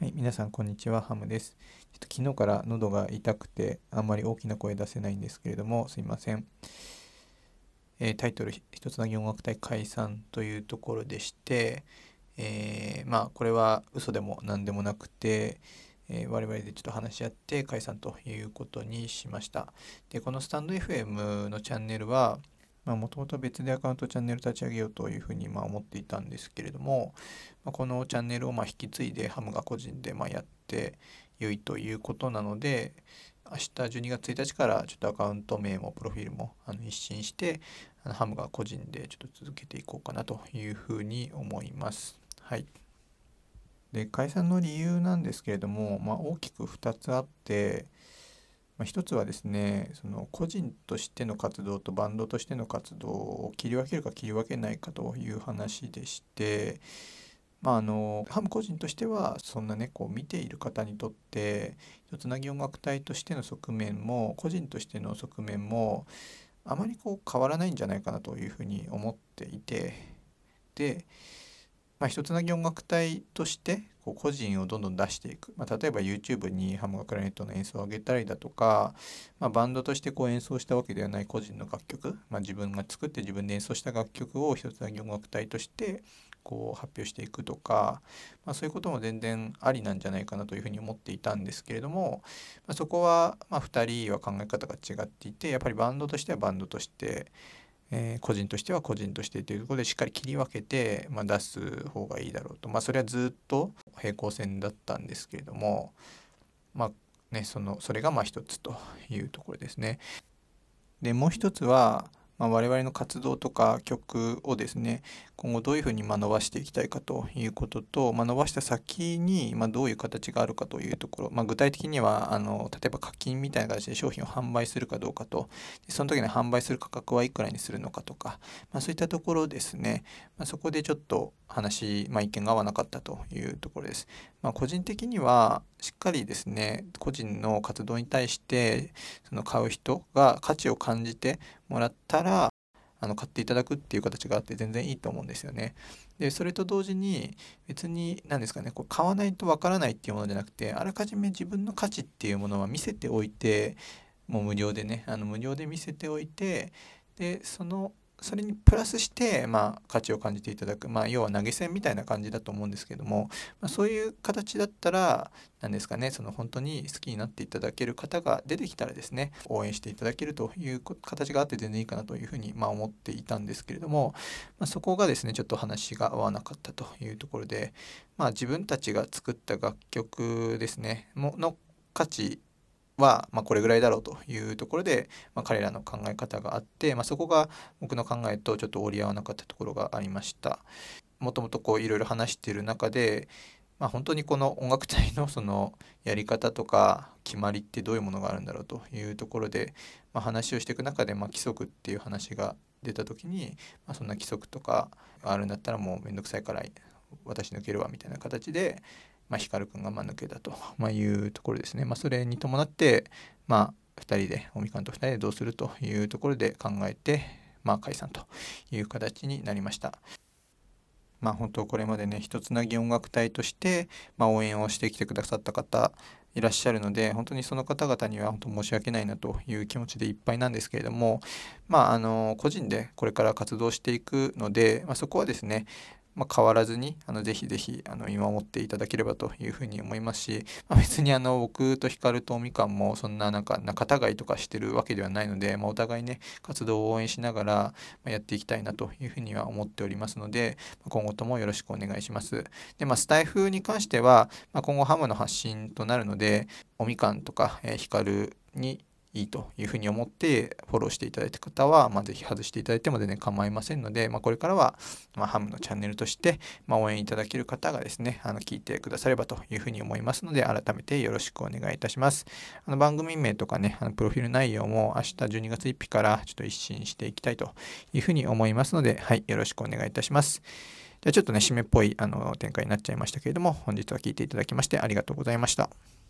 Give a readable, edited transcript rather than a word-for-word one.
はい、皆さんこんにちは、ハムです。昨日から喉が痛くてあんまり大きな声出せないんですけれども、すいません。タイトル一つなぎ音楽隊解散というところでして、これは嘘でも何でもなくて、我々でちょっと話し合って解散ということにしました。で、このスタンド FM のチャンネルは、もともと別でアカウントチャンネル立ち上げようというふうに思っていたんですけれども、このチャンネルを引き継いでハムが個人でやって良いということなので、明日12月1日からちょっとアカウント名もプロフィールも一新して、ハムが個人でちょっと続けていこうかなというふうに思います。はい。で、解散の理由なんですけれども、大きく2つあって、一つはですね、その個人としての活動とバンドとしての活動を切り分けるか切り分けないかという話でして、ハム個人としてはそんなね見ている方にとってつなぎ音楽隊としての側面も個人としての側面もあまり変わらないんじゃないかなというふうに思っていて、で、一つなぎ音楽隊として個人をどんどん出していく、例えば YouTube にハムがクラリネットの演奏を上げたりだとか、バンドとして演奏したわけではない個人の楽曲、自分が作って自分で演奏した楽曲を一つなぎ音楽隊として発表していくとか、そういうことも全然ありなんじゃないかなというふうに思っていたんですけれども、そこは2人は考え方が違っていて、やっぱりバンドとしてはバンドとして、個人としては個人としてというところでしっかり切り分けて、出す方がいいだろうと、それはずっと平行線だったんですけれども、それが一つというところですね。で、もう一つは、我々の活動とか曲をですね、今後どういうふうに伸ばしていきたいかということと、伸ばした先にどういう形があるかというところ、具体的には例えば課金みたいな形で商品を販売するかどうかと、その時に販売する価格はいくらにするのかとか、そういったところですね、そこでちょっと意見が合わなかったというところです。個人的にはしっかりですね、個人の活動に対してその買う人が価値を感じてもらったら買っていただくっていう形があって全然いいと思うんですよね。で、それと同時に別に何ですかね、買わないとわからないっていうものじゃなくて、あらかじめ自分の価値っていうものは見せておいて、もう無料でね、無料で見せておいて、で、それにプラスして、価値を感じていただく、要は投げ銭みたいな感じだと思うんですけども、そういう形だったら、何ですかね、本当に好きになっていただける方が出てきたらですね、応援していただけるという形があって全然いいかなというふうに、思っていたんですけれども、そこがですね、ちょっと話が合わなかったというところで、自分たちが作った楽曲ですね、の価値は、これぐらいだろうというところで、彼らの考え方があって、そこが僕の考えとちょっと折り合わなかったところがありました。もともといろいろ話している中で、本当にこの音楽隊のそのやり方とか決まりってどういうものがあるんだろうというところで、話をしていく中で、規則っていう話が出た時に、そんな規則とかあるんだったらもうめんどくさいから私抜けるわみたいな形で、光くんが抜けたと、いうところですね。それに伴って、2人で、尾身君と2人でどうするというところで考えて、解散という形になりました。本当これまでね、一つなぎ音楽隊として、応援をしてきてくださった方いらっしゃるので、本当にその方々には本当申し訳ないなという気持ちでいっぱいなんですけれども、個人でこれから活動していくので、そこはですね、変わらずにぜひぜひ見守っていただければというふうに思いますし、別に僕と光とみかんもそんな仲違いとかしてるわけではないので、お互いね活動を応援しながらやっていきたいなというふうには思っておりますので、今後ともよろしくお願いします。で、スタイフに関しては、今後ハムの発信となるので、おみかんとか、光にいいというふうに思ってフォローしていただいた方は、ぜひ外していただいても全然構いませんので、これからは、ハムのチャンネルとして、応援いただける方がですね、聞いてくださればというふうに思いますので、改めてよろしくお願いいたします。番組名とかね、プロフィール内容も明日12月1日からちょっと一新していきたいというふうに思いますので、はい、よろしくお願いいたします。じゃあちょっとね、締めっぽい展開になっちゃいましたけれども、本日は聞いていただきましてありがとうございました。